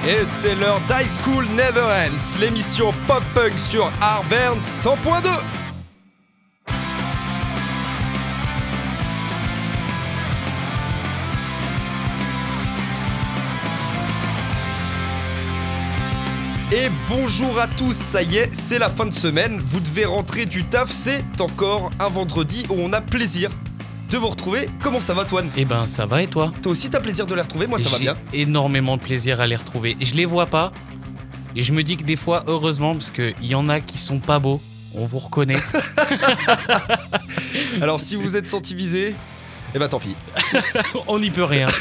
Et c'est l'heure d'High School Never Ends, l'émission pop-punk sur Arverne 100.2. Et bonjour à tous, ça y est, c'est la fin de semaine, vous devez rentrer du taf, c'est encore un vendredi où on a plaisir de vous retrouver. Comment ça va, Toine ? Eh ben ça va et toi ? Toi aussi t'as plaisir de les retrouver, moi ça va bien. J'ai énormément de plaisir à les retrouver. Je les vois pas et je me dis que des fois, heureusement, parce qu'il y en a qui sont pas beaux, on vous reconnaît. Alors si vous êtes senti visé, eh ben tant pis. On n'y peut rien.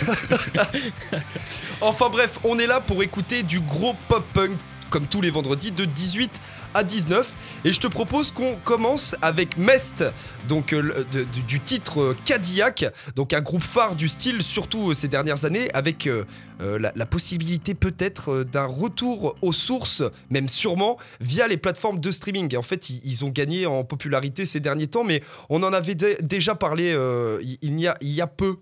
Enfin bref, on est là pour écouter du gros pop-punk comme tous les vendredis de 18 à 19 et je te propose qu'on commence avec Mest, donc du titre Cadillac, donc un groupe phare du style surtout ces dernières années avec la possibilité peut-être d'un retour aux sources, même sûrement via les plateformes de streaming. Et en fait ils ont gagné en popularité ces derniers temps, mais on en avait déjà parlé il y a peu.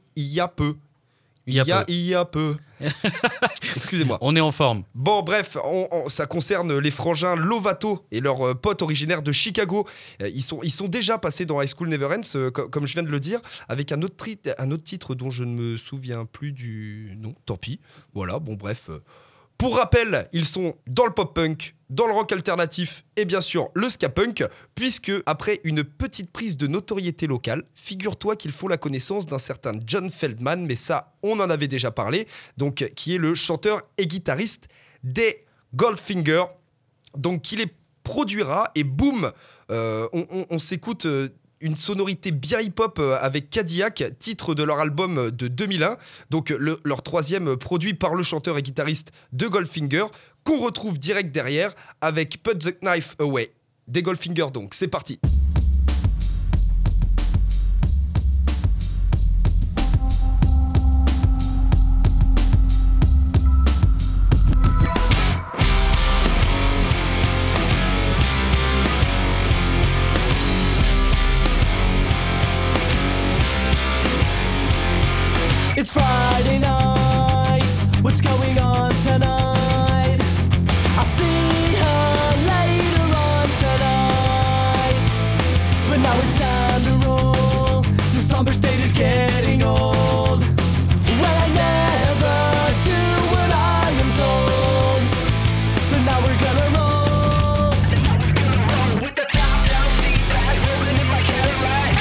Excusez-moi. On est en forme. Bon, bref, ça concerne les frangins Lovato et leurs potes originaires de Chicago. Ils sont déjà passés dans High School Never Ends, comme je viens de le dire, avec un autre titre dont je ne me souviens plus du nom. Tant pis. Voilà, bon, bref. Pour rappel, ils sont dans le pop-punk, dans le rock alternatif et bien sûr le ska-punk, puisque après une petite prise de notoriété locale, figure-toi qu'ils font la connaissance d'un certain John Feldmann, mais ça, on en avait déjà parlé, donc qui est le chanteur et guitariste des Goldfinger, donc qui les produira et boum, on s'écoute une sonorité bien hip-hop avec Cadillac, titre de leur album de 2001, donc leur troisième produit par le chanteur et guitariste de Goldfinger, qu'on retrouve direct derrière avec Put the Knife Away des Goldfinger. Donc c'est parti. It's Friday night, what's going on tonight? I'll see her later on tonight. But now it's time to roll, the somber state is getting old. Well, I never do what I am told, so now we're gonna roll. With the top down, seat back, rolling in my Cadillac.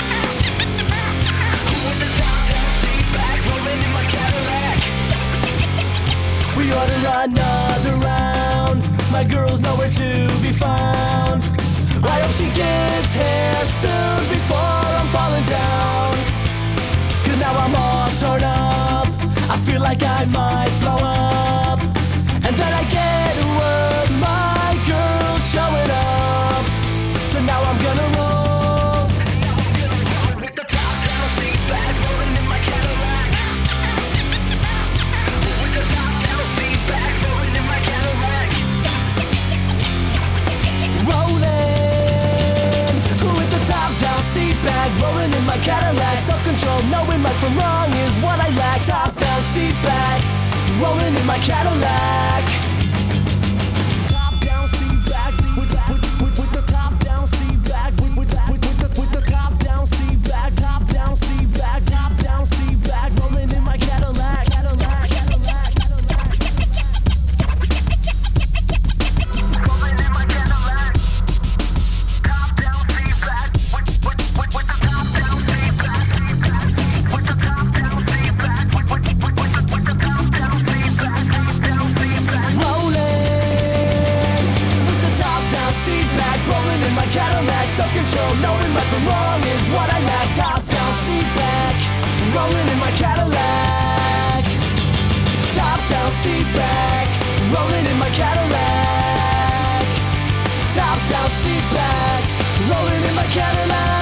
With the top down, seat back, rolling in my Cadillac. We ought to run another round. My girl's nowhere to be found. I hope she gets here soon before I'm falling down. Cause now I'm all torn up, I feel like I might blow up. And then I get word my girl's showing up, so now I'm gonna roll. With the top down, seat back, rolling in my Cadillac. With the top down, seat back, rolling in my Cadillac. Rolling with the top down, seat back, rolling in my Cadillac. Self-control, knowing right from wrong is what I lack. Top down, seat back, rolling in my Cadillac. Top down, seat back, with the top down, seat back, with the top down, seat back, top down, seat back, top down, seat back, rolling in my Cadillac. Cadillac, Cadillac, Cadillac. Rolling in my Cadillac. Top down, seat back, with the top down, seat back, with the top down, seat back, with the top down, seat back, top down, seat back. Rolling with the top down, seat back, rolling in my Cadillac. Self-control, knowing right from wrong is what I lack. Top down, seat back, rolling in my Cadillac. Top down, seat back, rolling in my Cadillac. Top down, seat back, rolling in my Cadillac.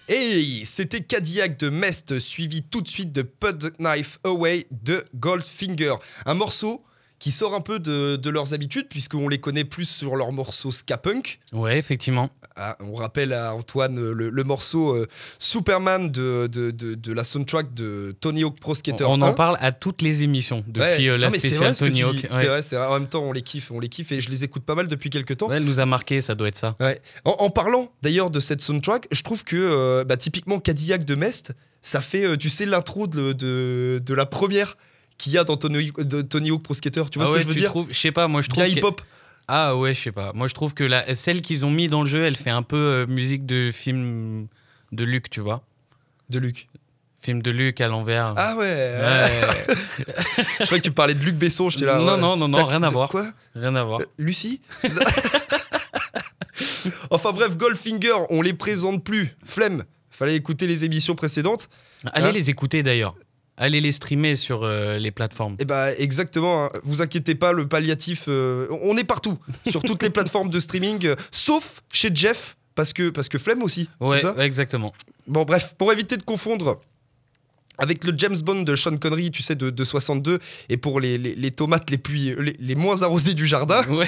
Et c'était Cadillac de Mest, suivi tout de suite de Put the Knife Away de Goldfinger. Un morceau qui sort un peu de leurs habitudes, puisqu'on les connaît plus sur leur morceau ska punk. Ouais, effectivement. Ah, on rappelle à Antoine le morceau Superman de la soundtrack de Tony Hawk Pro Skater On 1. en parle à toutes les émissions depuis Ouais. la Non, mais c'est spéciale vrai ce que Tony tu Hawk. dis. Ouais. C'est vrai. En même temps, on les kiffe et je les écoute pas mal depuis quelques temps. Ouais, elle nous a marqué, ça doit être ça. Ouais. En parlant d'ailleurs de cette soundtrack, je trouve que typiquement Cadillac de Mest, ça fait, tu sais, l'intro de la première qu'il y a dans Tony Hawk Pro Skater. Tu vois Ah ce ouais, que je veux tu dire? trouves- Je sais pas, moi je trouve. Bien que- hip-hop. Ah ouais, je sais pas. Moi je trouve que celle qu'ils ont mis dans le jeu, elle fait un peu musique de film de Luc, tu vois. De Luc. Film de Luc à l'envers. Ah ouais. Ouais. Je croyais que tu parlais de Luc Besson, j'étais là. Non, ouais. non, rien à De voir. Quoi Rien à voir. Lucie. Enfin bref, Goldfinger, on les présente plus. Flemme. Fallait écouter les émissions précédentes. Allez Hein les écouter d'ailleurs. Allez les streamer sur les plateformes. Et bah exactement, hein. Vous inquiétez pas, le palliatif, on est partout, sur toutes les plateformes de streaming, sauf chez Jeff, parce que flemme aussi, Ouais, c'est ça? ouais, exactement. Bon bref, pour éviter de confondre avec le James Bond de Sean Connery, tu sais, de 62, et pour les tomates les moins arrosées du jardin, Ouais.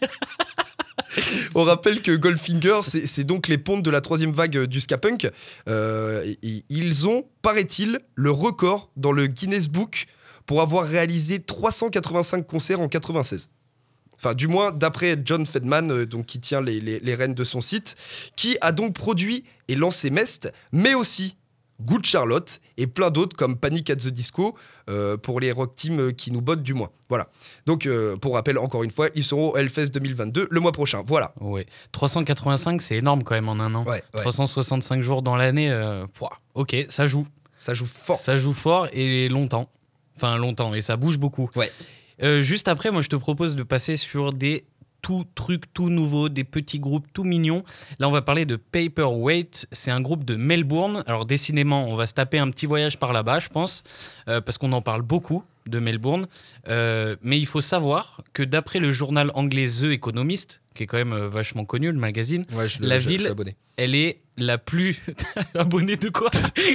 on rappelle que Goldfinger, c'est donc les pontes de la troisième vague du ska punk. Et ils ont, paraît-il, le record dans le Guinness Book pour avoir réalisé 385 concerts en 96. Enfin, du moins, d'après John Fedman, donc, qui tient les rênes de son site, qui a donc produit et lancé Mest, mais aussi Good Charlotte et plein d'autres comme Panic at the Disco pour les rock teams qui nous bottent du moins. Voilà. Donc, pour rappel, encore une fois, ils seront au Hellfest 2022 le mois prochain. Voilà. Ouais. 385, c'est énorme quand même en un an. Ouais. 365 jours dans l'année, ok, ça joue. Ça joue fort. Ça joue fort et longtemps. Enfin, longtemps, et ça bouge beaucoup. Ouais. Juste après, moi, je te propose de passer sur des trucs tout nouveaux, des petits groupes tout mignons. Là, on va parler de Paperweight. C'est un groupe de Melbourne. Alors, décidément, on va se taper un petit voyage par là-bas, je pense, parce qu'on en parle beaucoup de Melbourne. Mais il faut savoir que d'après le journal anglais The Economist, qui est quand même vachement connu, le magazine, Ouais, La je ville- suis abonné. elle est la plus... Abonné de quoi?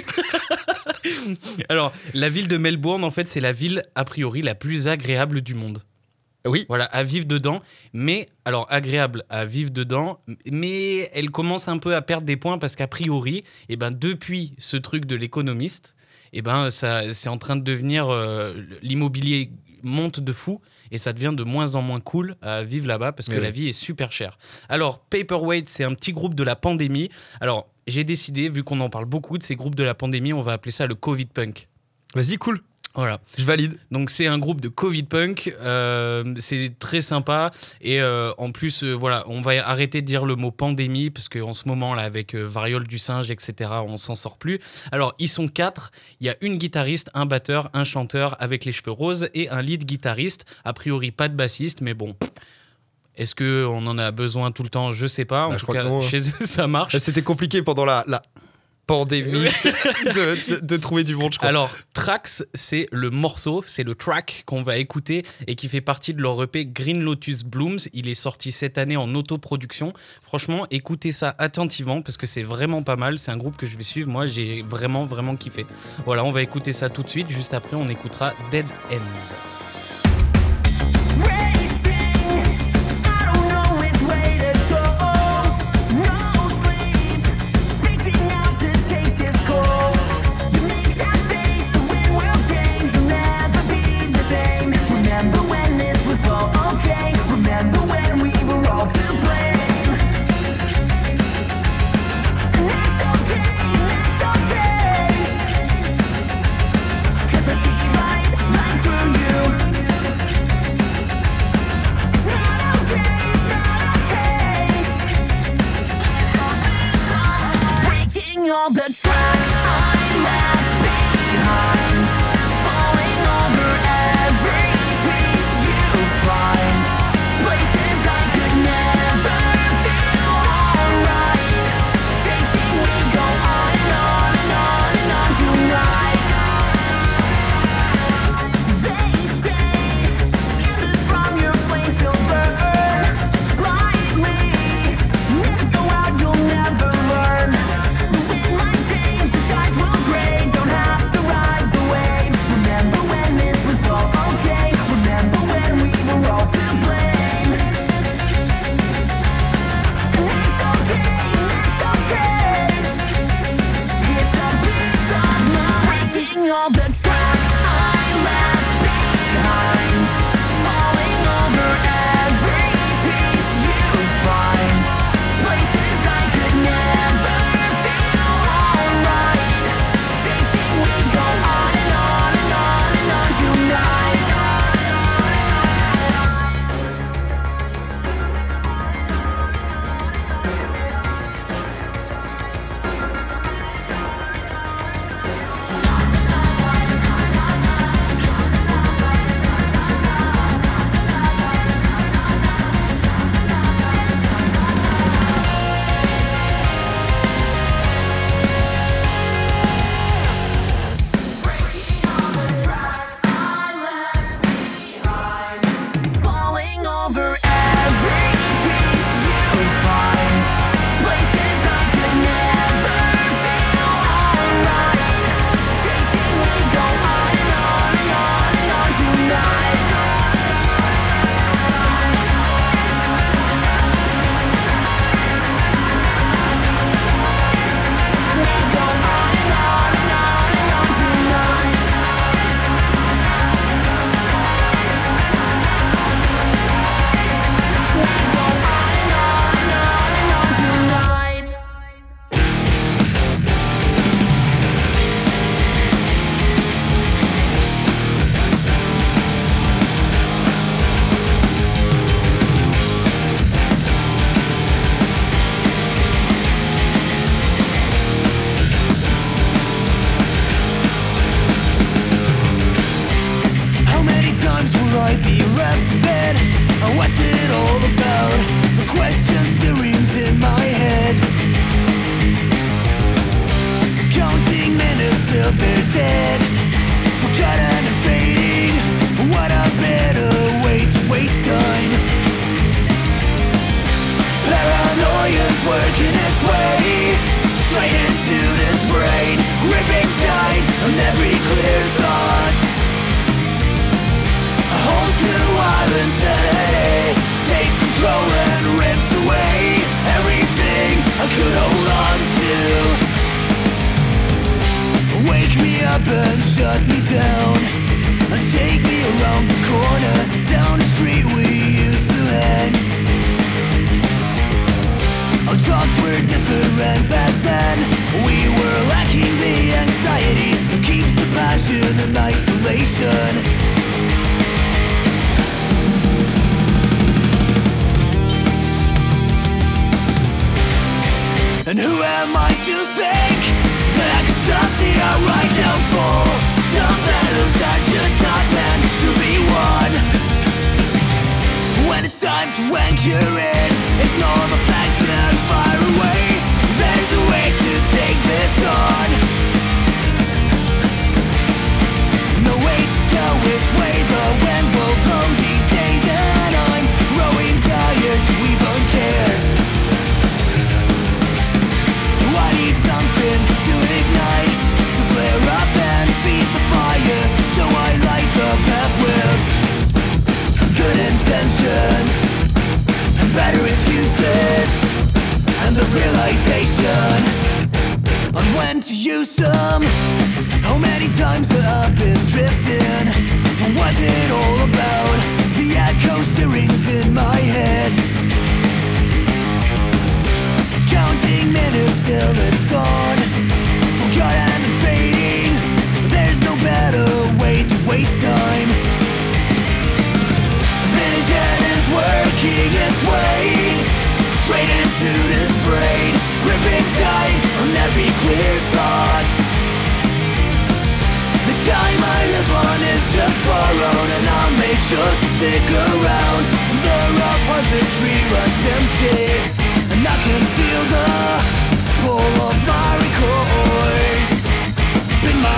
Alors, la ville de Melbourne, en fait, c'est la ville, a priori, la plus agréable du monde. Oui. Voilà, à vivre dedans. Mais, alors, agréable à vivre dedans, mais elle commence un peu à perdre des points parce qu'a priori, eh ben, depuis ce truc de l'économiste, eh ben, c'est en train de devenir... l'immobilier monte de fou et ça devient de moins en moins cool à vivre là-bas parce que Oui. la vie est super chère. Alors, Paperweight, c'est un petit groupe de la pandémie. Alors, j'ai décidé, vu qu'on en parle beaucoup de ces groupes de la pandémie, on va appeler ça le Covid Punk. Vas-y, cool. Voilà. Je valide. Donc c'est un groupe de Covid Punk, c'est très sympa et en plus voilà, on va arrêter de dire le mot pandémie parce qu'en ce moment là avec variole du singe etc on s'en sort plus. Alors ils sont 4, il y a une guitariste, un batteur, un chanteur avec les cheveux roses et un lead guitariste, a priori pas de bassiste mais bon... Est-ce qu'on en a besoin tout le temps? Je sais pas. En Bah, tout je crois cas, que non, hein. chez eux, ça marche. C'était compliqué pendant la pandémie de trouver du monde, je crois. Alors, Trax, c'est le morceau, c'est le track qu'on va écouter et qui fait partie de leur EP Green Lotus Blooms. Il est sorti cette année en autoproduction. Franchement, écoutez ça attentivement parce que c'est vraiment pas mal. C'est un groupe que je vais suivre. Moi, j'ai vraiment, vraiment kiffé. Voilà, on va écouter ça tout de suite. Juste après, on écoutera Dead Ends. Racing, I don't know which way to go. No sleep, racing out to take this goal. You make that face, the wind will change. You'll never be the same. Remember when this was all okay? Remember when we were all to blame? And that's okay, that's okay. 'Cause I see right through you. It's not okay, breaking all the tracks I left behind, falling over every piece you find, places I could never feel alright, chasing me go on and on and on and on tonight. They say embers from your flame still burn brightly. Never go out, you'll never learn. The wind might We were lacking the anxiety that keeps the passion in isolation. And who am I to think that I can stop the outright downfall? Some battles are just not meant to be won. When it's time to anchor in, ignore the facts and fire away. There's a way to take this on. No way to tell which way the wind will blow these days, and I'm growing tired to even care. I need something to ignite, to flare up and feed the fire. So I light the path with good intentions and better excuses, and the realization on when to use them. How many times have I been drifting? What was it all about? The echoes that rings in my head, counting minutes till it's gone, forgotten and fading. There's no better way to waste time. Vision is working its way straight into this brain, gripping tight on every clear thought. The time I live on is just borrowed, and I'll make sure to stick around. The repository runs empty, and I can feel the pull of my recourse. Pin my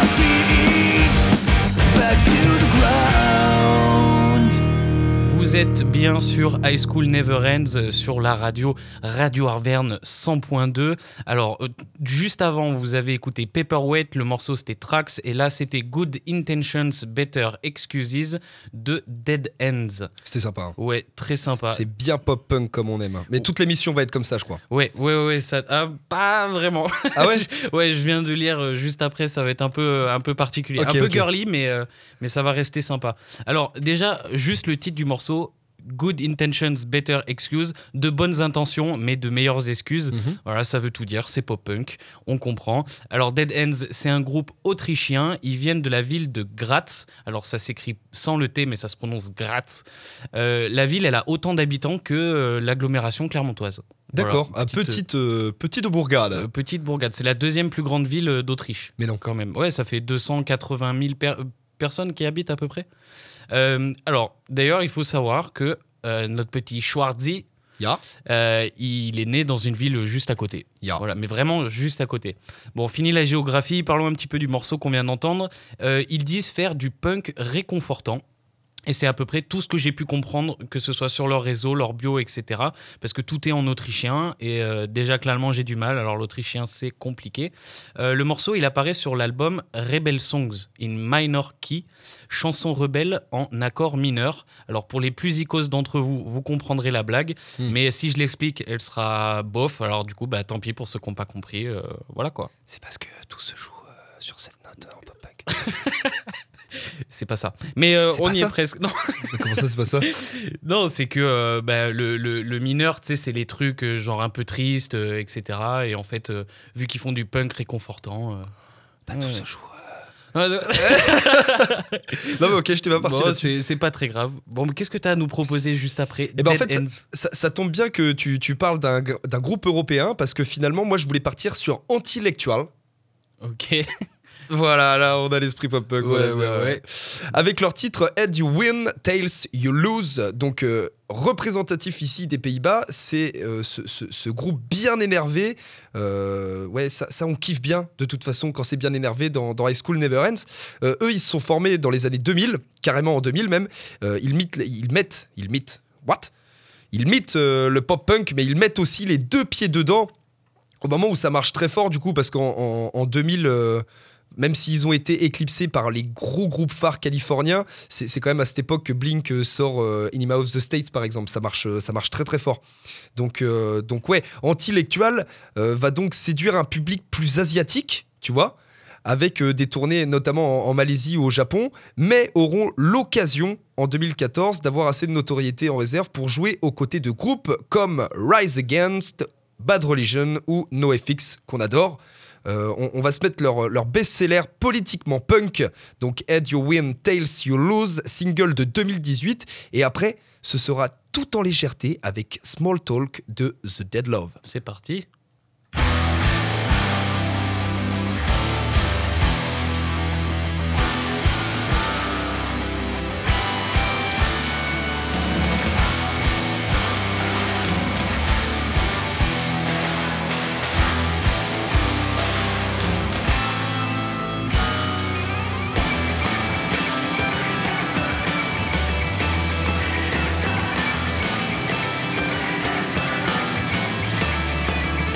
feet back to the ground. Vous êtes bien sur High School Never Ends sur la radio Arverne 100.2. Alors, juste avant, vous avez écouté Paperweight, le morceau c'était Tracks, et là c'était Good Intentions, Better Excuses de Dead Ends. C'était sympa. Hein. Ouais, très sympa. C'est bien pop-punk comme on aime. Mais toute l'émission va être comme ça, je crois. Ouais, ça, pas vraiment. Ah ouais. Je viens de lire juste après, ça va être un peu particulier. Okay, un peu okay. girly, mais ça va rester sympa. Alors, déjà, juste le titre du morceau, Good Intentions, Better Excuse, de bonnes intentions, mais de meilleures excuses. Voilà, ça veut tout dire, c'est pop-punk, on comprend. Alors, Dead Ends, c'est un groupe autrichien, ils viennent de la ville de Graz. Alors, ça s'écrit sans le T, mais ça se prononce Graz. La ville, elle a autant d'habitants que l'agglomération clermontoise. D'accord, Voilà, petite bourgade. Petite bourgade, c'est la deuxième plus grande ville d'Autriche. Mais non. Quand même. Ouais, ça fait 280 000 personnes qui habitent à peu près. Alors, d'ailleurs, il faut savoir que notre petit Schwarzy, Ya. il est né dans une ville juste à côté. Ya. Voilà, mais vraiment juste à côté. Bon, fini la géographie, parlons un petit peu du morceau qu'on vient d'entendre. Ils disent faire du punk réconfortant. Et c'est à peu près tout ce que j'ai pu comprendre, que ce soit sur leur réseau, leur bio, etc. Parce que tout est en autrichien, et déjà que l'allemand, j'ai du mal, alors l'autrichien, c'est compliqué. Le morceau, il apparaît sur l'album Rebel Songs in Minor Key, chanson rebelle en accord mineur. Alors pour les plus icos d'entre vous, vous comprendrez la blague, mais si je l'explique, elle sera bof, alors du coup, tant pis pour ceux qui n'ont pas compris, voilà quoi. C'est parce que tout se joue sur cette note en pop-punk. C'est pas ça. Mais C'est on pas y ça est presque. Non. Comment ça, c'est pas ça? Non, c'est que le mineur, tu sais, c'est les trucs genre un peu tristes, etc. Et en fait, vu qu'ils font du punk réconfortant... Tout se joue. Non, Non, mais ok, je t'ai pas parti bon, là-dessus. c'est pas très grave. Bon, mais qu'est-ce que tu as à nous proposer juste après Eh ben, en Dead fait, Ends. ça tombe bien que tu parles d'un groupe européen, parce que finalement, moi, je voulais partir sur Antilectual. Ok. Voilà, là, on a l'esprit pop-punk. Ouais. Avec leur titre Head You Win, Tails You Lose. Donc, représentatif ici des Pays-Bas, c'est ce groupe bien énervé. Ça, on kiffe bien, de toute façon, quand c'est bien énervé dans High School Never Ends. Eux, ils se sont formés dans les années 2000, carrément en 2000 même. Ils mettent le pop-punk, mais ils mettent aussi les deux pieds dedans au moment où ça marche très fort, du coup, parce qu'en 2000... même s'ils ont été éclipsés par les gros groupes phares californiens, c'est quand même à cette époque que Blink sort Enema of the States, par exemple. Ça marche très très fort. Donc ouais, Antilectual va donc séduire un public plus asiatique, tu vois, avec des tournées notamment en Malaisie ou au Japon, mais auront l'occasion en 2014 d'avoir assez de notoriété en réserve pour jouer aux côtés de groupes comme Rise Against, Bad Religion ou NoFX, qu'on adore. On va se mettre leur best-seller politiquement punk, donc Head You Win, Tails You Lose, single de 2018. Et après, ce sera tout en légèreté avec Small Talk de The Dead Love. C'est parti. Thank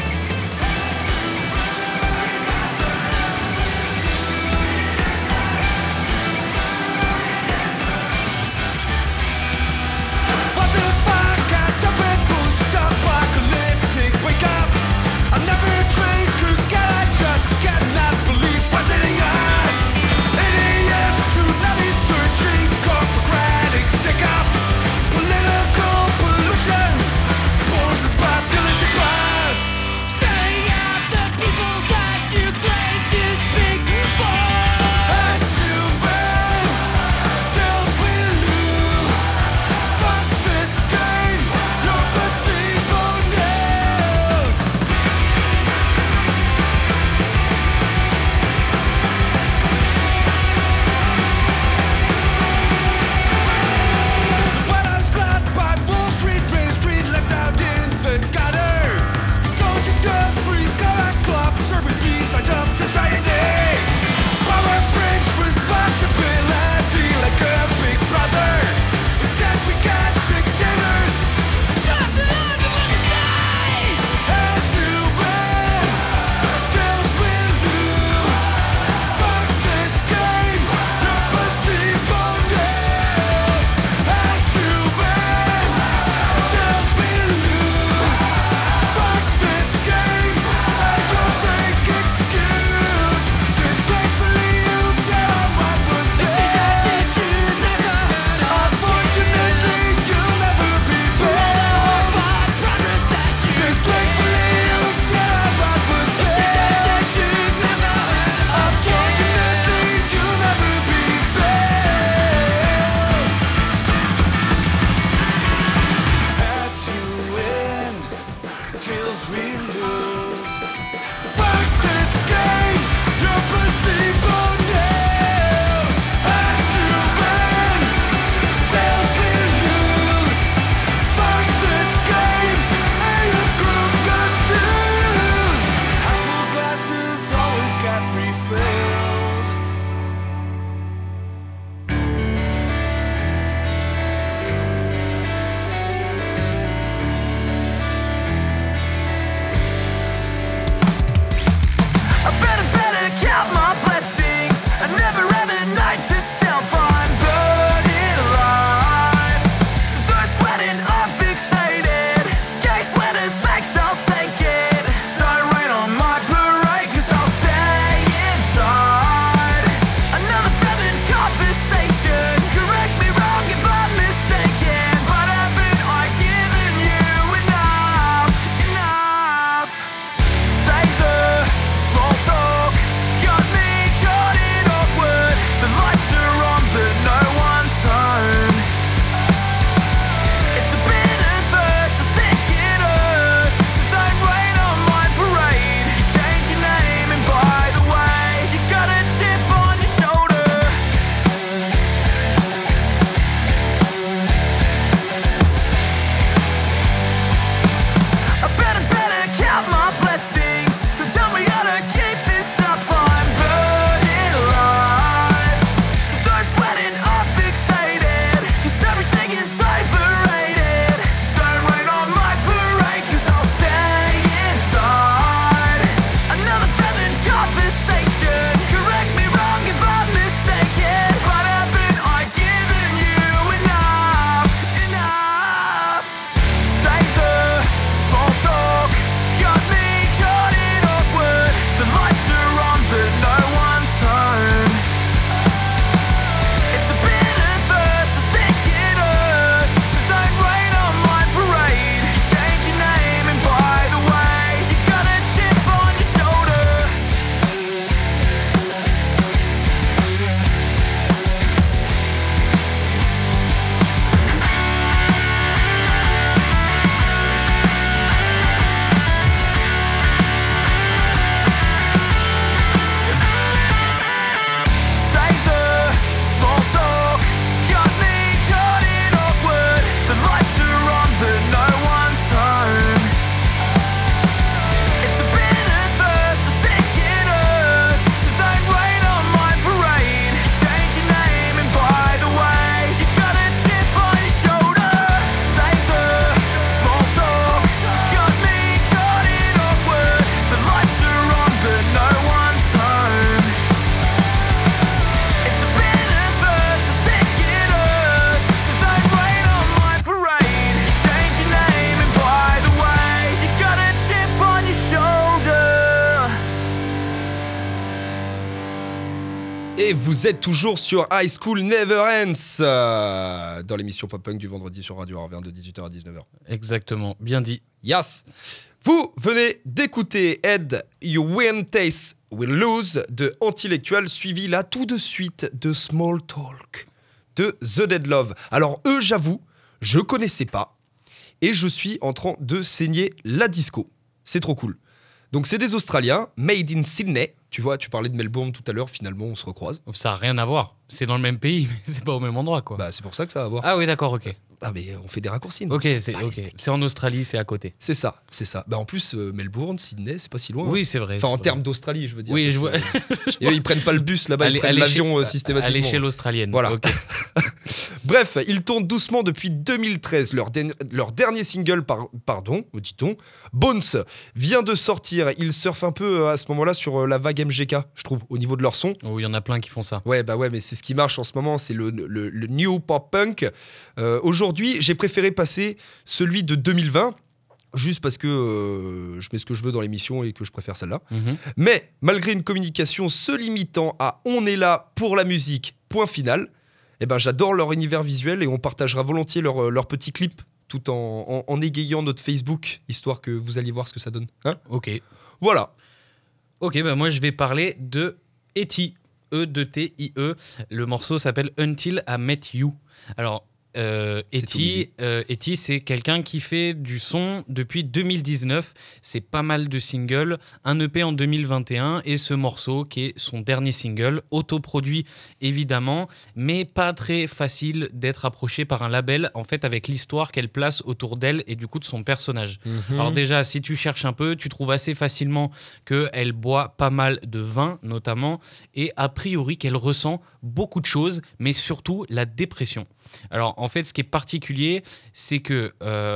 Et vous êtes toujours sur High School Never Ends dans l'émission Pop Punk du vendredi sur Radio Arverne de 18h à 19h. Exactement, bien dit. Yes. Vous venez d'écouter Ed You Win Taste Will Lose de Antilectual, suivi là tout de suite de Small Talk de The Dead Love. Alors eux, j'avoue, je connaissais pas et je suis en train de saigner la disco. C'est trop cool. Donc c'est des Australiens, made in Sydney. Tu vois, tu parlais de Melbourne tout à l'heure, finalement on se recroise. Ça n'a rien à voir. C'est dans le même pays, mais c'est pas au même endroit, quoi. Bah c'est pour ça que ça va voir. Ah oui, d'accord, ok. Ah mais on fait des raccourcis. nous. Ok, On c'est s'en bat les ok. steaks. C'est en Australie, c'est à côté. C'est ça. Bah en plus, Melbourne, Sydney, c'est pas si loin. Oui, c'est vrai. Enfin, c'est en vrai. termes d'Australie, je veux dire. Oui, parce je vois. que, et eux, ils prennent pas le bus là-bas, ils prennent l'avion systématiquement. À l'échelle australienne. Voilà. Ok. Bref, ils tournent doucement depuis 2013. Leur dernier single, dit-on, Bones, vient de sortir. Ils surfent un peu à ce moment-là sur la vague MGK, je trouve, au niveau de leur son. Oh, il y en a plein qui font ça. Ouais, mais c'est ce qui marche en ce moment, c'est le new pop punk. Aujourd'hui, j'ai préféré passer celui de 2020. Juste parce que je mets ce que je veux dans l'émission et que je préfère celle-là. Mhm. Mais malgré une communication se limitant à « on est là pour la musique, point final », eh ben, j'adore leur univers visuel et on partagera volontiers leur petit clip tout en égayant notre Facebook, histoire que vous alliez voir ce que ça donne. Hein, Ok. voilà. Ok, bah moi je vais parler de Etty. E-T-I-E. Le morceau s'appelle Until I Met You. Alors, Etty, c'est quelqu'un qui fait du son depuis 2019. C'est pas mal de singles. Un EP en 2021 et ce morceau qui est son dernier single, autoproduit évidemment, mais pas très facile d'être approché par un label en fait avec l'histoire qu'elle place autour d'elle et du coup de son personnage. Alors déjà, si tu cherches un peu, tu trouves assez facilement qu'elle boit pas mal de vin notamment et a priori qu'elle ressent beaucoup de choses, mais surtout la dépression. Alors en fait, ce qui est particulier, c'est que,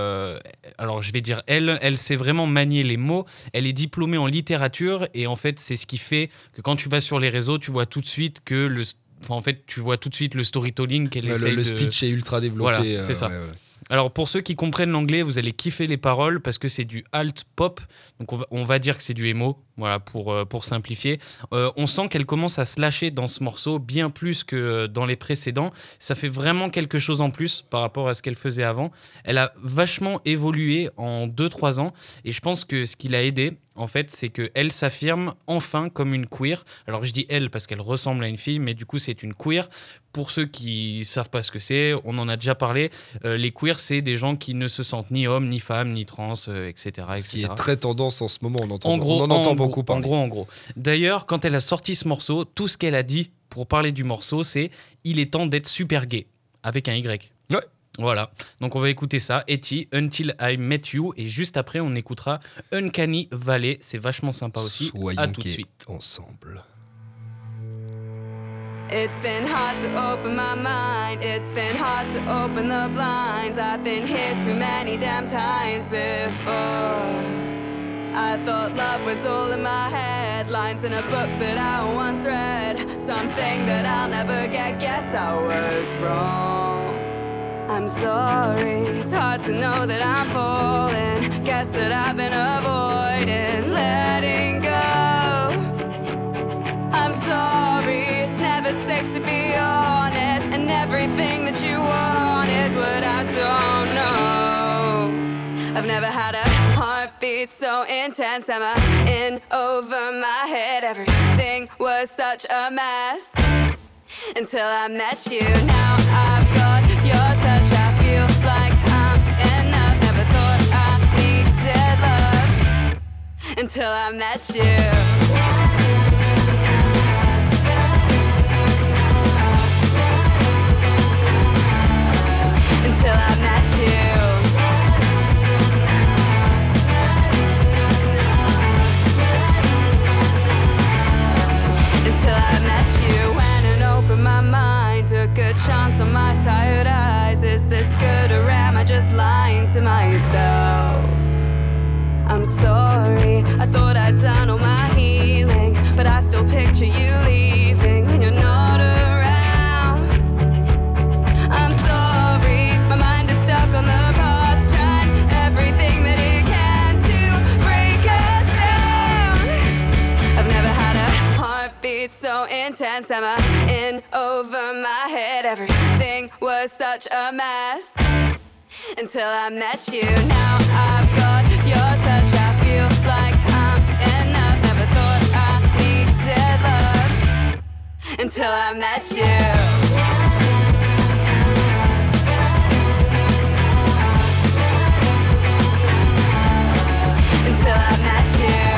alors je vais dire elle sait vraiment manier les mots, elle est diplômée en littérature et en fait c'est ce qui fait que quand tu vas sur les réseaux, tu vois tout de suite que tu vois tout de suite le storytelling qu'elle essaie de... Le speech est ultra développé. Voilà, c'est ça. Ouais. Alors pour ceux qui comprennent l'anglais, vous allez kiffer les paroles parce que c'est du alt pop, donc on va dire que c'est du emo, voilà pour simplifier. On sent qu'elle commence à se lâcher dans ce morceau bien plus que dans les précédents. Ça fait vraiment quelque chose en plus par rapport à ce qu'elle faisait avant. Elle a vachement évolué en 2-3 ans et je pense que ce qui l'a aidé, en fait, c'est qu'elle s'affirme enfin comme une queer. Alors je dis elle parce qu'elle ressemble à une fille, mais du coup c'est une queer. Pour ceux qui savent pas ce que c'est, on en a déjà parlé. Les queers, c'est des gens qui ne se sentent ni hommes, ni femmes, ni trans, etc. Ce qui est très tendance en ce moment, on en En entend beaucoup parler. En gros. D'ailleurs, quand elle a sorti ce morceau, tout ce qu'elle a dit pour parler du morceau, c'est « il est temps d'être super gay », avec un Y. Ouais. Voilà, donc on va écouter ça, Etty, Until I Met You, et juste après on écoutera Uncanny Valley, c'est vachement sympa aussi. Soyons À tout de gays suite. ensemble. It's been hard to open my mind. It's been hard to open the blinds. I've been here too many damn times before. I thought love was all in my head. Lines in a book that I once read. Something that I'll never get. Guess I was wrong. I'm sorry. It's hard to know that I'm falling. Guess that I've been avoiding letting go. I'm sorry, it's never safe to be honest. And everything that you want is what I don't know. I've never had a heartbeat so intense. Am I in over my head? Everything was such a mess until I met you. Now I've got your touch. I feel like I'm enough. Never thought I needed love until I met you. Until I met you. Until I met you. Went and opened my mind. Took a chance on my tired eyes. Is this good or am I just lying to myself? I'm sorry, I thought I'd done all my healing, but I still picture you leaving when you're not around. I'm sorry, my mind is stuck on the past, trying everything that it can to break us down. I've never had a heartbeat heartbeat so intense. Am I in over my head? Everything was such a mess until I met you. Now I've got your touch. I feel like I'm enough. Never thought I needed love until I met you. Until I met you.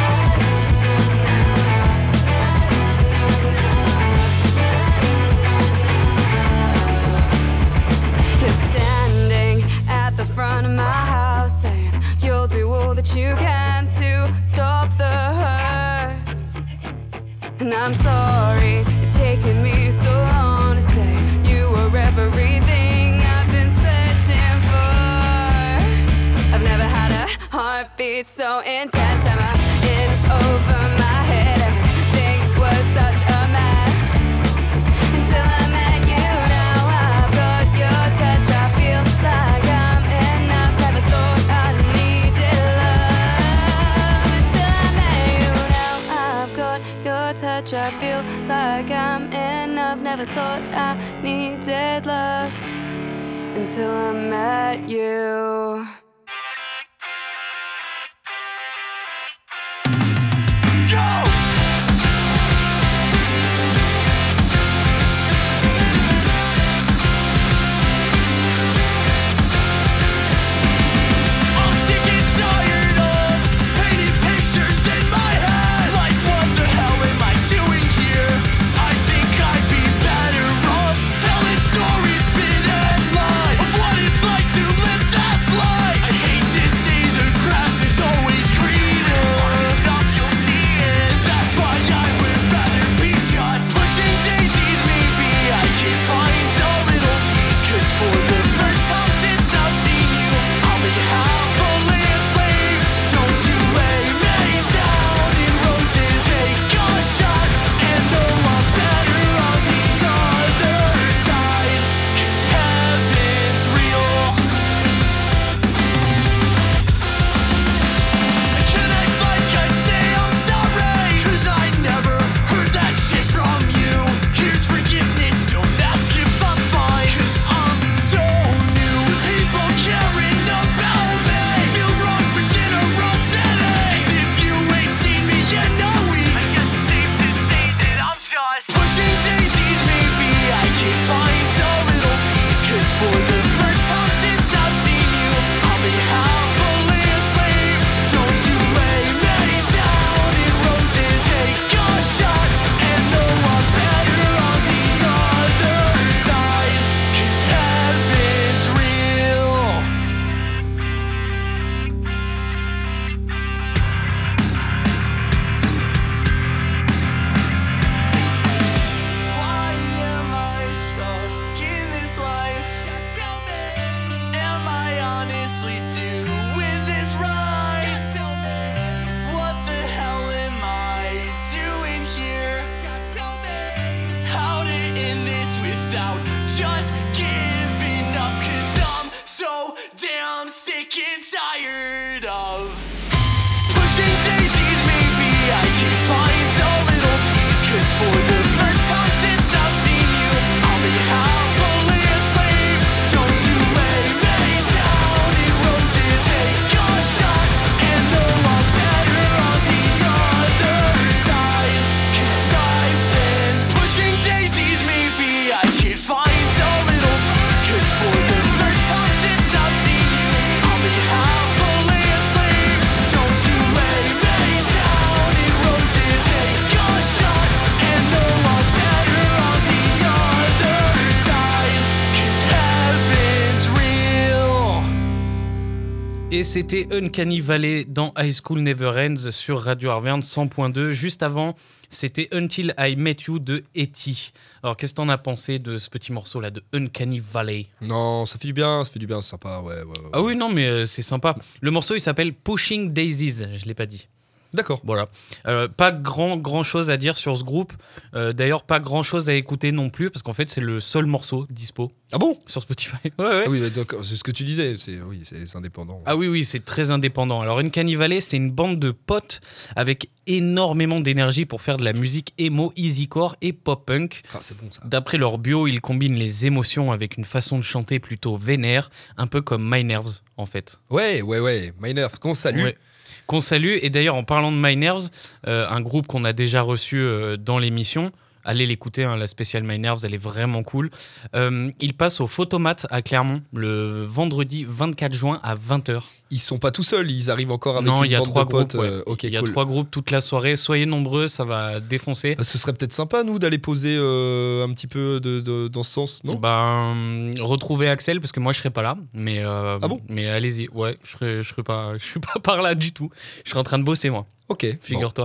You're standing at the front of my house saying you'll do all that you can to stop the hurt. And I'm sorry it's taken me so long to say you were everything I've been searching for. I've never had a heartbeat so intense. Am I in over my head? Everything was such a mess until I met you. Now I've got your touch. I feel like I'm enough. Never thought I needed love until I met you. Now I've got your touch. I feel like I'm enough. Never thought I needed love until I met you. Et c'était Uncanny Valley dans High School Never Ends sur Radio Arverne 100.2. Juste avant, c'était Until I Met You de E.T. Alors, qu'est-ce que t'en as pensé de ce petit morceau-là de Uncanny Valley ? Non, ça fait du bien, c'est sympa, ouais. Ah oui, non, mais c'est sympa. Le morceau, il s'appelle Pushing Daisies, je l'ai pas dit. D'accord. Voilà. Pas grand chose à dire sur ce groupe. D'ailleurs, pas grand chose à écouter non plus, parce qu'en fait, c'est le seul morceau dispo Ah bon? sur Spotify. Ouais. Ah oui, d'accord, c'est ce que tu disais. C'est les indépendants. Ah oui, c'est très indépendant. Alors, Uncanny Valley, c'est une bande de potes avec énormément d'énergie pour faire de la musique emo, easycore et pop-punk. Ah, c'est bon ça. D'après leur bio, ils combinent les émotions avec une façon de chanter plutôt vénère, un peu comme My Nerves, en fait. Ouais. My Nerve, qu'on salue. Ouais. Qu'on salue. Et d'ailleurs, en parlant de My Nerves, un groupe qu'on a déjà reçu dans l'émission, allez l'écouter, hein, la spéciale My Nerves, elle est vraiment cool. Il passe au Photomat à Clermont le vendredi 24 juin à 20h. Ils sont pas tout seuls, ils arrivent encore avec Non, une il y a bande 3 de potes. groupes. Ouais. Ok, Il y a cool. 3 groupes toute la soirée. Soyez nombreux, ça va défoncer. Ce serait peut-être sympa, nous, d'aller poser un petit peu dans ce sens, non? Retrouvez Axel parce que moi je serai pas là, mais bon mais allez-y, ouais, je suis pas par là du tout. Je serai en train de bosser moi, Ok. bon. figure-toi.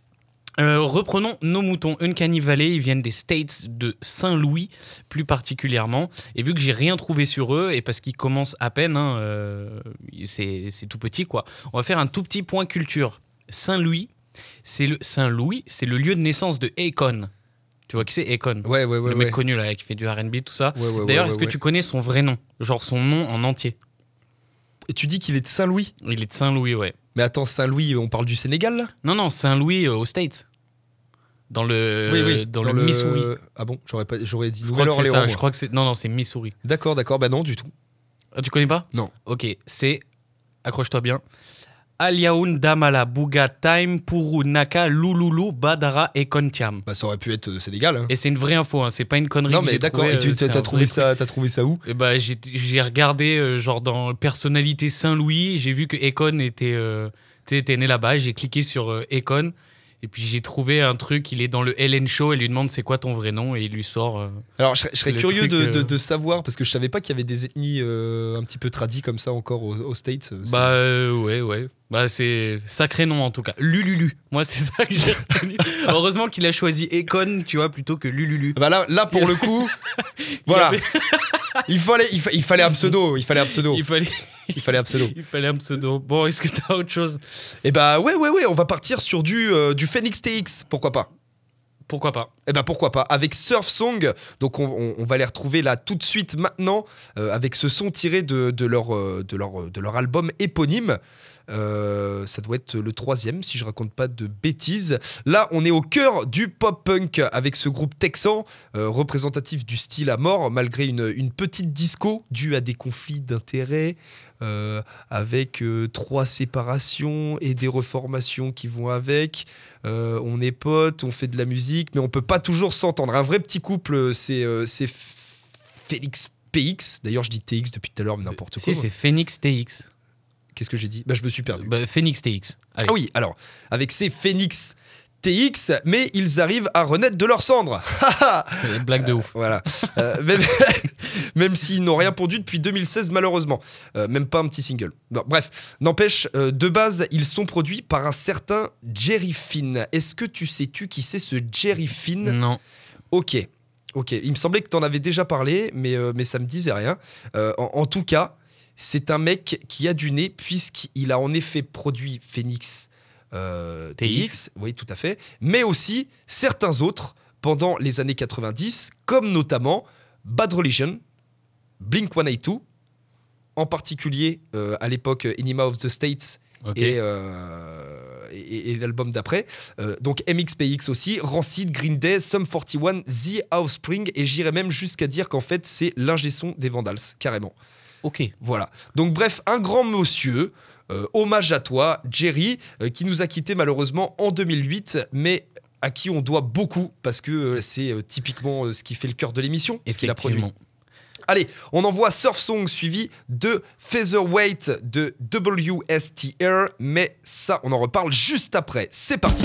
Reprenons nos moutons. Uncanny Valley, ils viennent des States de Saint-Louis plus particulièrement. Et vu que j'ai rien trouvé sur eux, et parce qu'ils commencent à peine, c'est tout petit quoi, on va faire un tout petit point culture. Saint-Louis, c'est le lieu de naissance de Akon. Tu vois qui c'est Akon? Ouais. Le mec connu là, qui fait du R&B, tout ça. Ouais, D'ailleurs, ouais, est-ce que tu connais son vrai nom? Genre son nom en entier? Et tu dis qu'il est de Saint-Louis? Il est de Saint-Louis, ouais. Mais attends, Saint-Louis, on parle du Sénégal, là? Non, Saint-Louis aux States. Dans le, dans le Missouri. Ah bon? J'aurais dit Je crois que c'est Nouvelle-Orléans. ça. moi. Je crois que c'est. Non, c'est Missouri. D'accord. Bah non, du tout. Ah, tu connais pas? Non. Ok, c'est. Accroche-toi bien. Aliaoun Damala Bouga Time Puru Naka Lululu Badara et Kontiam. Bah ça aurait pu être Sénégal. Hein. Et c'est une vraie info, hein, c'est pas une connerie. Non que mais j'ai d'accord. trouvé, Et tu c'est t'as un trouvé vrai ça? T'as trouvé ça où? Et bah, j'ai regardé genre dans personnalité Saint-Louis, j'ai vu que Akon était né là-bas, j'ai cliqué sur Akon et puis j'ai trouvé un truc, il est dans le Ellen Show, elle lui demande c'est quoi ton vrai nom et il lui sort. Alors je serais le curieux truc, de savoir parce que je savais pas qu'il y avait des ethnies un petit peu tradies comme ça encore aux States. Ouais. Bah c'est sacré nom en tout cas. Lululu. Moi c'est ça que j'ai retenu. Heureusement qu'il a choisi Akon, tu vois, plutôt que Lululu. Bah là pour le coup, voilà. Il fallait un pseudo. Il fallait un pseudo. Il fallait un pseudo. il fallait un pseudo. Bon, est-ce que t'as autre chose? Et bah ouais, on va partir sur du Phoenix TX, pourquoi pas? Pourquoi pas? Eh ben pourquoi pas, avec Surf Song. Donc on va les retrouver là tout de suite maintenant avec ce son tiré de leur album éponyme. Ça doit être le 3e si je raconte pas de bêtises. Là on est au cœur du pop-punk avec ce groupe texan représentatif du style à mort malgré une petite disco due à des conflits d'intérêts avec 3 séparations et des reformations qui vont avec. On est potes, on fait de la musique mais on peut pas toujours s'entendre. Un vrai petit couple c'est Félix PX. D'ailleurs je dis TX depuis tout à l'heure mais n'importe quoi. Si, c'est Phoenix TX. Qu'est-ce que j'ai dit? Bah je me suis perdu. Phoenix TX. Allez. Ah oui, alors, avec ces Phoenix TX, mais ils arrivent à renaître de leurs cendres. Blague de ouf. Voilà. Même s'ils n'ont rien pondu depuis 2016, malheureusement. Même pas un petit single. Non, bref, n'empêche, de base, ils sont produits par un certain Jerry Finn. Est-ce que sais-tu qui c'est ce Jerry Finn? Non. Ok. Il me semblait que tu en avais déjà parlé, mais ça me disait rien. En tout cas, c'est un mec qui a du nez, puisqu'il a en effet produit Phoenix TX, oui, tout à fait, mais aussi certains autres pendant les années 90, comme notamment Bad Religion, Blink-182, en particulier à l'époque Enema of the States. Okay. Et l'album d'après. Donc MXPX aussi, Rancid, Green Day, Sum 41, The Offspring, et j'irais même jusqu'à dire qu'en fait c'est l'ingé son des Vandals, carrément. Ok. Voilà. Donc bref, un grand monsieur, hommage à toi, Jerry, qui nous a quittés malheureusement en 2008, mais à qui on doit beaucoup, parce que c'est typiquement ce qui fait le cœur de l'émission, ce qu'il a produit. Allez, on envoie Surf Song suivi de Featherweight de WSTR, mais ça, on en reparle juste après. C'est parti.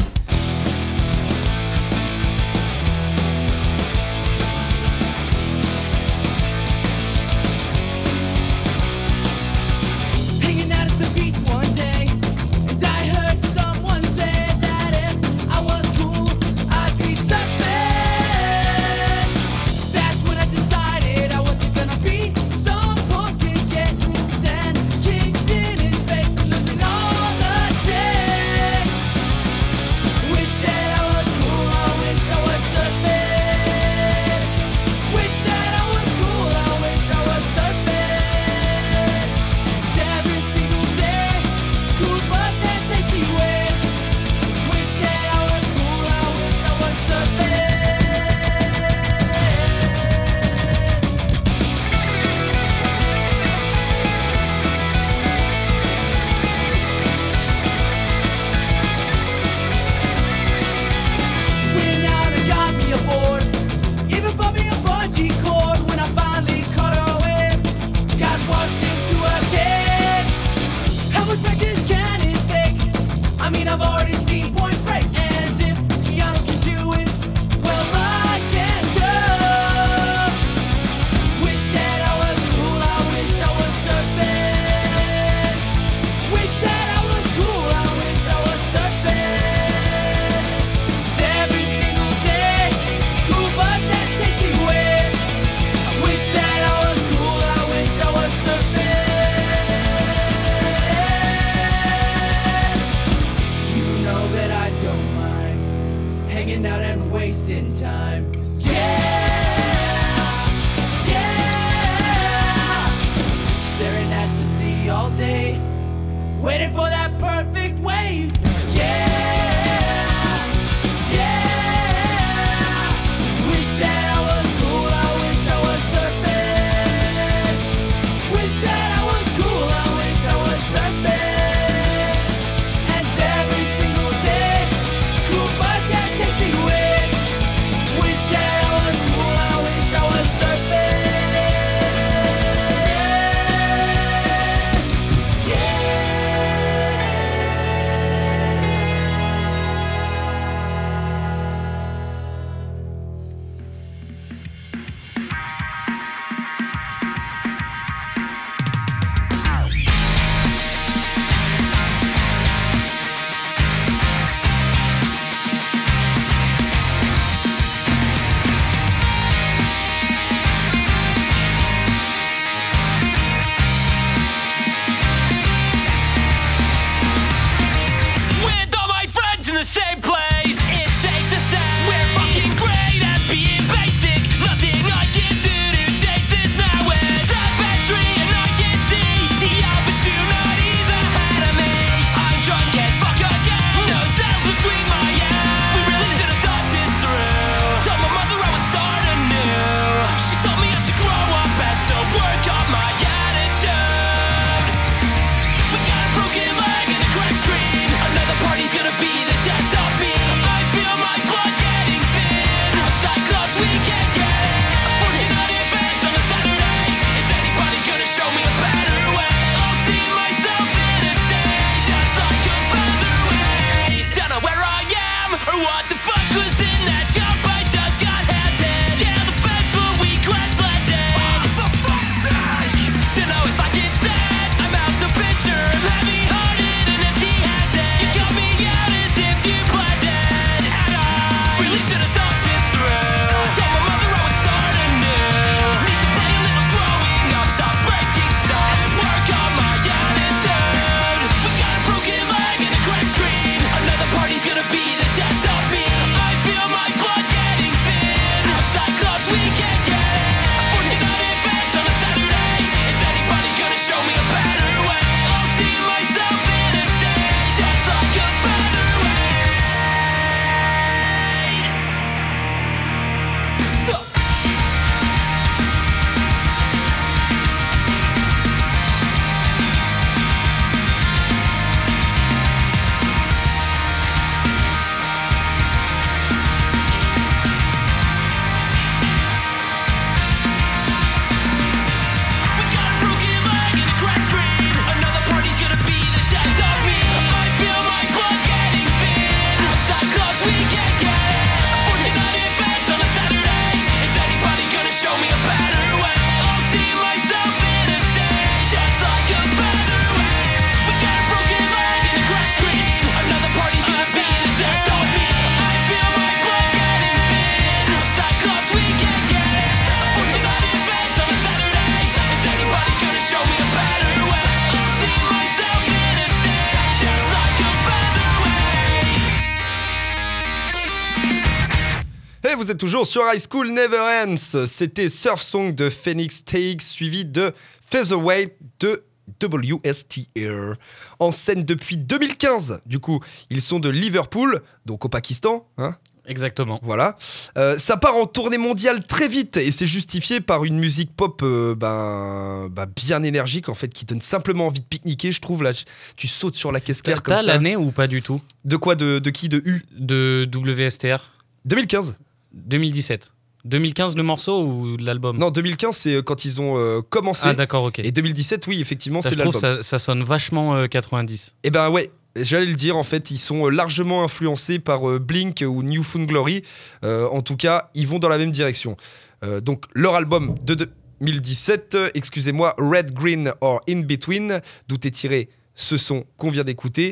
Hanging out at the beach one day, and I heard someone say that if I was cool, I'd be surfing. That's when I decided I wasn't gonna be some punk kid getting the sand kicked in his face and losing all the chicks. hanging out and wasting time. Yeah, yeah. Staring at the sea all day, waiting for that perfect wave. Yeah, yeah. Wish that I was cool, I wish I was surfing. Wish that I was cool, I wish I was surfing. And every single day, cool but yet tasty waves. Wish that I was cool, I wish I was surfing. With all my friends in the same place, it's safe to say we're fucking great at being basic. Nothing I can do to change this now. It's 7:03 and I can see the opportunities ahead of me. I'm drunk as fuck again, no cells between my hands. We really should have thought this through. Told my mother I would start anew. She told me I should grow up and to work on my attitude. We got a broken leg and a cracked screen. Another party's gonna be the death of me. I feel my blood getting thin. Outside clubs we can't get in. Unfortunate events on a Saturday. Is anybody gonna show me a better way? I'll see myself in a stage just like a featherweight. Don't know where I am or what the fuck was in that cup I just got handed. Scale the fence but we crash landed. Oh, for fuck's sake! Don't know if I can stand. I'm out the picture. I'm heavy-hearted and empty-handed. You got me out as if you planned it. And I really should have thought this through. Told my mother I would start anew. Need to play a little growing up, stop breaking stuff, work on my attitude. We got a broken leg and a cracked screen. Another party's gonna be the death of me. I feel my blood getting thin. Outside clubs we can't get in. Unfortunate events on a Saturday. Is anybody gonna show me a better way? I'll see myself in a stage just like a featherweight. So we got a broken leg and a cracked screen. Another party's gonna be the death of me. I feel my blood getting thin. Outside clubs we can't get in. Unfortunate events on a Saturday. Is anybody gonna show me a better way? I'll see myself in a stage just like a featherweight. We got a broken leg and a cracked screen. Another party's gonna be the death of me. I feel my blood getting thin. Outside clubs we can't get in. Unfortunate events on a Saturday. Is anybody gonna show me a better way? I'll see myself in a stage just like a featherweight. Et vous êtes toujours sur High School Never Ends. C'était Surf Song de Phoenix Takes suivi de Featherweight de WSTR. En scène depuis 2015, du coup, ils sont de Liverpool, donc au Pakistan, hein. Exactement. Voilà. Ça part en tournée mondiale très vite et c'est justifié par une musique pop bien énergique en fait qui donne simplement envie de pique-niquer. Je trouve là, tu sautes sur la caisse claire comme T'as ça. l'année ou pas du tout De quoi de qui de U de WSTR 2015. 2017. 2015 le morceau ou l'album? Non, 2015 c'est quand ils ont commencé. Ah d'accord, ok. Et 2017, oui, effectivement, Ça, c'est je trouve l'album. ça sonne vachement 90. Et ben ouais. J'allais le dire, en fait, ils sont largement influencés par Blink ou New Found Glory. En tout cas, ils vont dans la même direction. Donc, leur album de 2017, excusez-moi, Red, Green or In Between, d'où est tiré ce son qu'on vient d'écouter,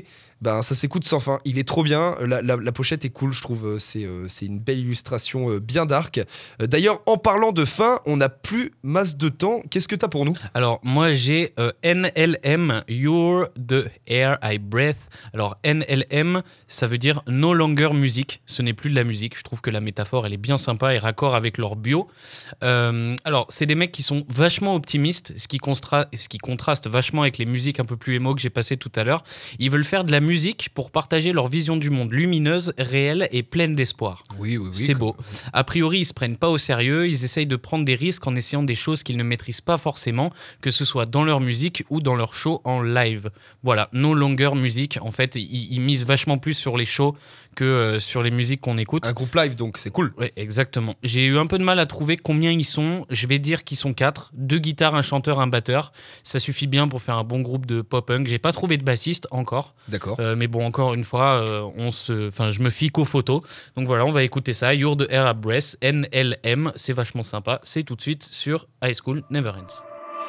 Ben, ça s'écoute sans fin. Il est trop bien. La pochette est cool, je trouve. C'est une belle illustration bien dark. D'ailleurs, en parlant de fin, on n'a plus masse de temps. Qu'est-ce que t'as pour nous ? Alors, moi, j'ai NLM, You're the Air I Breathe. Alors, NLM, ça veut dire No Longer Music. Ce n'est plus de la musique. Je trouve que la métaphore, elle est bien sympa et raccord avec leur bio. Alors, c'est des mecs qui sont vachement optimistes, ce qui contraste vachement avec les musiques un peu plus émo que j'ai passées tout à l'heure. Ils veulent faire de la musique pour partager leur vision du monde lumineuse, réelle et pleine d'espoir. Oui. C'est beau. A priori, ils se prennent pas au sérieux, ils essayent de prendre des risques en essayant des choses qu'ils ne maîtrisent pas forcément, que ce soit dans leur musique ou dans leur show en live. Voilà, No Longer Music, en fait, ils misent vachement plus sur les shows que sur les musiques qu'on écoute. Un groupe live, donc c'est cool. Oui, exactement. J'ai eu un peu de mal à trouver combien ils sont. Je vais dire qu'ils sont 4. 2 guitares, un chanteur, un batteur. Ça suffit bien pour faire un bon groupe de pop-punk. J'ai pas trouvé de bassiste encore. D'accord. Mais bon, encore une fois, je me fie qu'aux photos. Donc voilà, on va écouter ça. You're the Air I Breathe, NLM. C'est vachement sympa. C'est tout de suite sur High School Never Ends.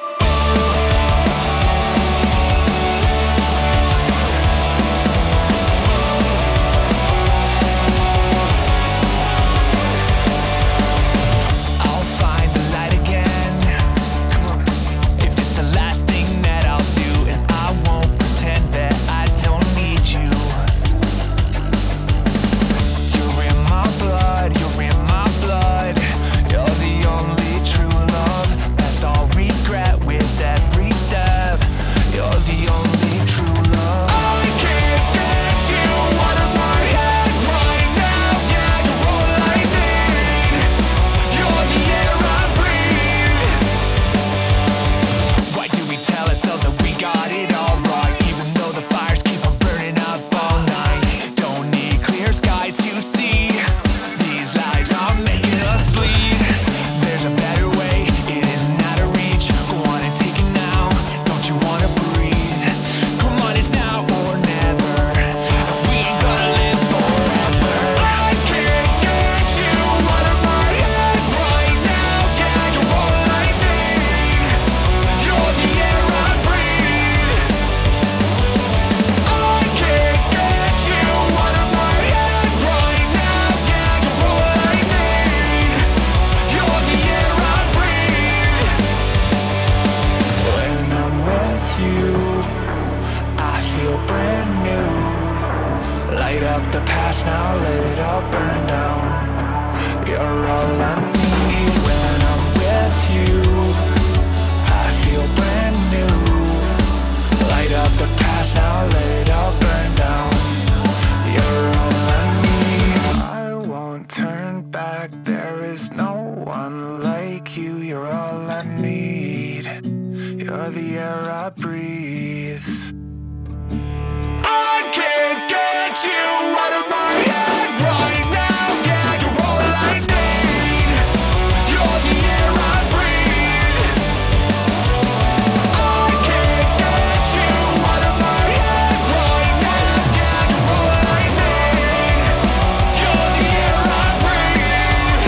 I'll find the light again. If it's the last thing that I'll do, and I won't pretend that I don't need you. You're in my blood, you're in my blood. You're the only true love. Past all regret with every step. You're the only true love. I can't get you out of my head right now. Yeah, you're all I need. You're the air I breathe. Why do we tell ourselves that we got it all right, even though the fires keep on burning up all night? Don't need clear skies to see. These lies are making us bleed. There's a better way, it isn't out of reach. Go on and take it now. Don't you wanna breathe? Come on, it's now or never. And we ain't gonna live forever. I can't get you out of my head right now. Yeah, you're all I need. You're the air I breathe. I can't get you out of my head right now. Yeah, you're all I need. You're the air I breathe. When I'm with you, I feel brand new. Light up the past now, let it all burn down. You're all I need. When I'm with you, I feel brand new. Light up the past now, let it all burn down. You're all I need. I won't turn back. There is no one like you. You're all I need. You're the air I breathe. I can't get you out of my head right now. Yeah, you're all I need. You're the air I breathe. I can't get you out of my head right now. Yeah, you're all I need. You're the air I breathe.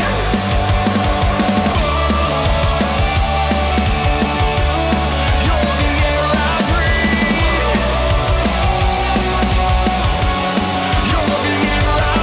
You're the air I breathe. You're the air I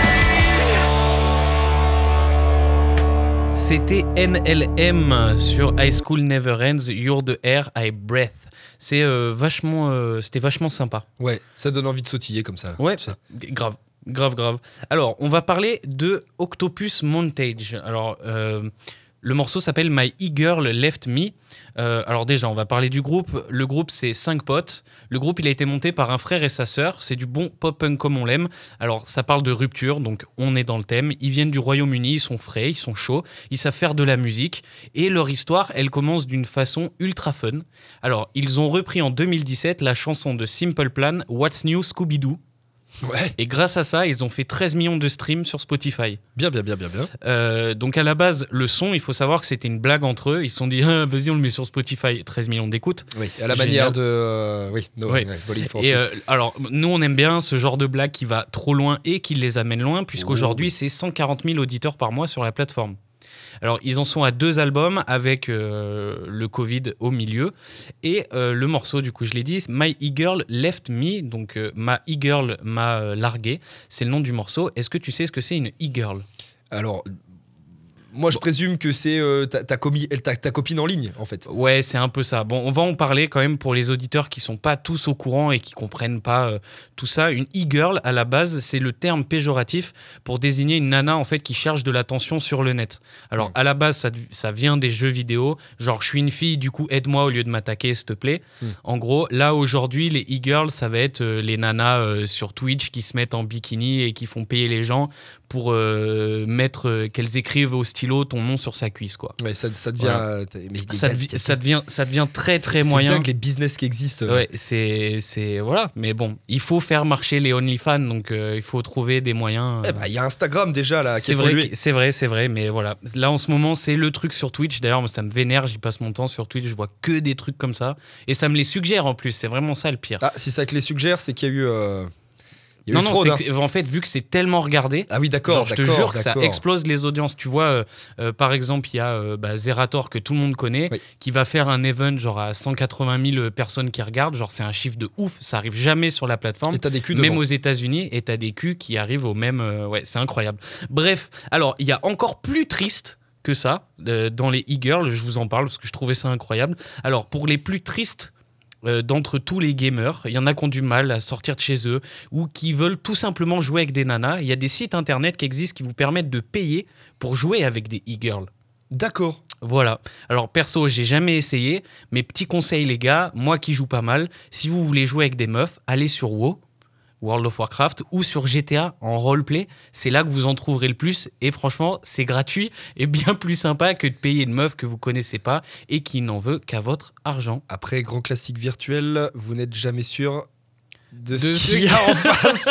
breathe. C'était NLM sur High School Never Ends, You're the Air I Breathe. C'était vachement sympa. Ouais, ça donne envie de sautiller comme ça. Ouais, Tu sais. grave. Alors, on va parler de Octopus Montage. Alors, le morceau s'appelle My E-Girl Left Me. Alors déjà, on va parler du groupe. Le groupe, c'est 5 potes. Le groupe, il a été monté par un frère et sa sœur. C'est du bon pop-punk comme on l'aime. Alors, ça parle de rupture, donc on est dans le thème. Ils viennent du Royaume-Uni, ils sont frais, ils sont chauds, ils savent faire de la musique. Et leur histoire, elle commence d'une façon ultra fun. Alors, ils ont repris en 2017 la chanson de Simple Plan, What's New Scooby-Doo. Ouais, Et grâce à ça, ils ont fait 13 millions de streams sur Spotify. bien. Donc à la base, le son, il faut savoir que c'était une blague entre eux. Ils se sont dit, ah, vas-y, on le met sur Spotify. 13 millions d'écoutes. Oui, à la Génial. manière de. Ouais. Bowling for Et Soup. alors, nous, on aime bien ce genre de blague qui va trop loin et qui les amène loin, puisqu'aujourd'hui, c'est 140 000 auditeurs par mois sur la plateforme. Alors, ils en sont à 2 albums avec le Covid au milieu. Et le morceau, du coup, je l'ai dit, My E-Girl Left Me. Donc, ma E-Girl m'a largué. C'est le nom du morceau. Est-ce que tu sais ce que c'est une E-Girl ? Alors, moi, je présume que c'est ta copine en ligne, en fait. Ouais, c'est un peu ça. Bon, on va en parler quand même pour les auditeurs qui sont pas tous au courant et qui comprennent pas tout ça. Une e-girl, à la base, c'est le terme péjoratif pour désigner une nana en fait qui cherche de l'attention sur le net. Alors, à la base, ça vient des jeux vidéo. Genre, je suis une fille, du coup, aide-moi au lieu de m'attaquer, s'il te plaît. En gros, là, aujourd'hui, les e-girls, ça va être les nanas sur Twitch qui se mettent en bikini et qui font payer les gens pour qu'elles écrivent au stylo ton nom sur sa cuisse, quoi. Ouais, ça devient... Voilà. mais Ça devient très très c'est moyen. dingue les business qui existent. Ouais, c'est voilà. Mais bon, il faut faire marcher les OnlyFans, donc il faut trouver des moyens. Eh ben, il y a Instagram déjà là qui C'est est vrai, pollué. c'est vrai, mais voilà. Là en ce moment, c'est le truc sur Twitch. D'ailleurs, moi, ça me vénère. J'y passe mon temps sur Twitch. Je vois que des trucs comme ça, et ça me les suggère en plus. C'est vraiment ça le pire. Ah, si ça te les suggère, c'est qu'il y a eu... il y a Non, eu non, fraude, c'est en fait, vu que c'est tellement regardé, Ah oui, d'accord, genre, je te jure que ça explose les audiences. Tu vois, par exemple, il y a Zerator que tout le monde connaît, Oui. qui va faire un event genre à 180 000 personnes qui regardent. Genre, c'est un chiffre de ouf. Ça arrive jamais sur la plateforme. Et t'as des culs Même devant. aux États-Unis, et t'as des culs qui arrivent au même. Ouais, c'est incroyable. Bref, alors, il y a encore plus triste que ça dans les e-girls. Je vous en parle parce que je trouvais ça incroyable. Alors, pour les plus tristes, d'entre tous les gamers, il y en a qui ont du mal à sortir de chez eux ou qui veulent tout simplement jouer avec des nanas. Il y a des sites internet qui existent qui vous permettent de payer pour jouer avec des e-girls. D'accord. Voilà. Alors perso, j'ai jamais essayé, mais petit conseil les gars, moi qui joue pas mal, si vous voulez jouer avec des meufs, allez sur WoW, World of Warcraft, ou sur GTA en roleplay, c'est là que vous en trouverez le plus, et franchement, c'est gratuit et bien plus sympa que de payer une meuf que vous connaissez pas et qui n'en veut qu'à votre argent. Après, grand classique virtuel, vous n'êtes jamais sûr de De ce ce qu'il y a en face.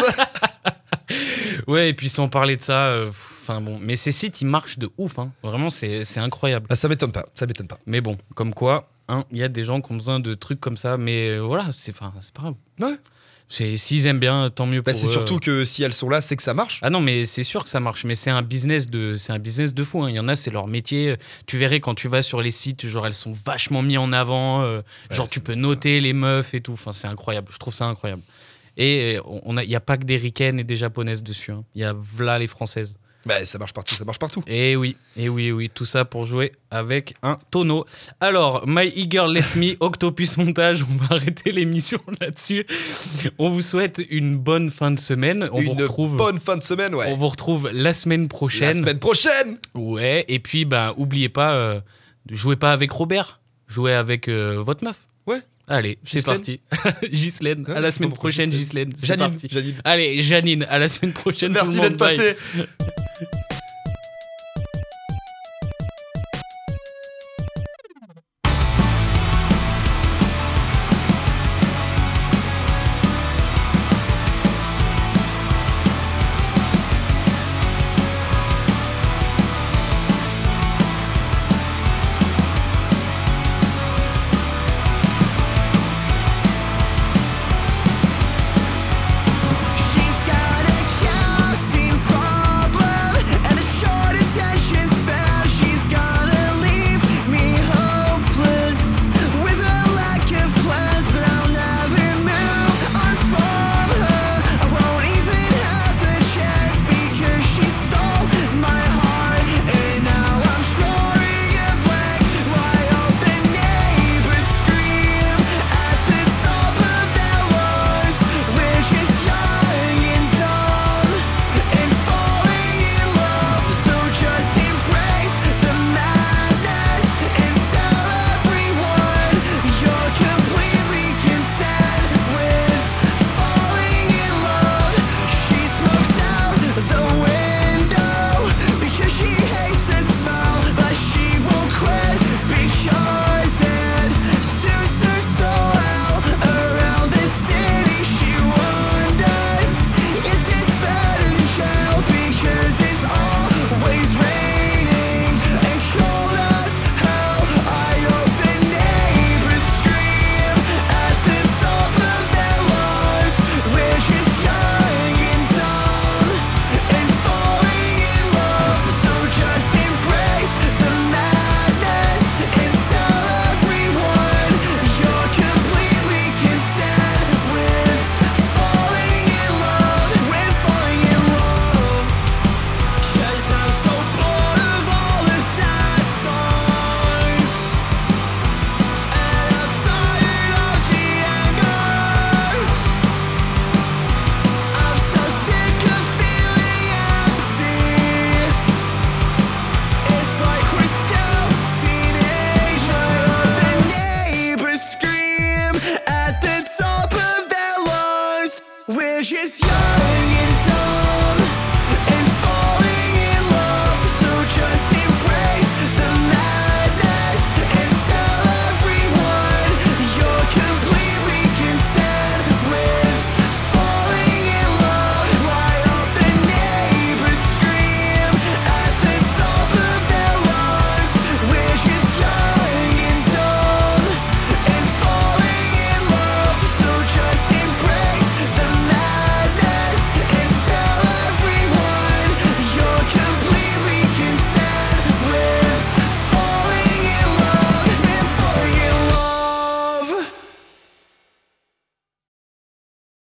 Ouais, et puis sans parler de ça, enfin bon, mais ces sites ils marchent de ouf, hein. Vraiment c'est incroyable. Ah, ça m'étonne pas, ça m'étonne pas. Mais bon, comme quoi, hein, il y a des gens qui ont besoin de trucs comme ça, mais voilà, c'est pas grave. Ouais. S'ils aiment bien, tant mieux pour Bah, c'est eux. surtout que si elles sont là, c'est que ça marche. Ah non, mais c'est sûr que ça marche, mais c'est un business de fou, hein. Il y en a, c'est leur métier. Tu verrais quand tu vas sur les sites, genre elles sont vachement mis en avant, genre tu c'est peux putain. noter les meufs et tout. Enfin, c'est incroyable. Je trouve ça incroyable. Et il y a pas que des ricaines et des japonaises dessus, hein. Il y a v'là les françaises. Bah, ça marche partout, ça marche partout. Et oui, tout ça pour jouer avec un tonneau. Alors, My E-Girl Left Me, Octopus Montage, on va arrêter l'émission là-dessus. On vous souhaite une bonne fin de semaine. On vous retrouve, bonne fin de semaine, ouais. on vous retrouve la semaine La prochaine. semaine prochaine. Ouais, et puis, ben, oubliez pas, jouez pas avec Robert, jouez avec votre meuf. Ouais. Allez, c'est Ghislaine. parti. Ghislaine, Ouais, à la je sais semaine pas pourquoi prochaine, Ghislaine. Ghislaine. C'est Janine, parti. Janine. Allez, Janine, à la semaine prochaine. Merci tout le monde, d'être bye. passé.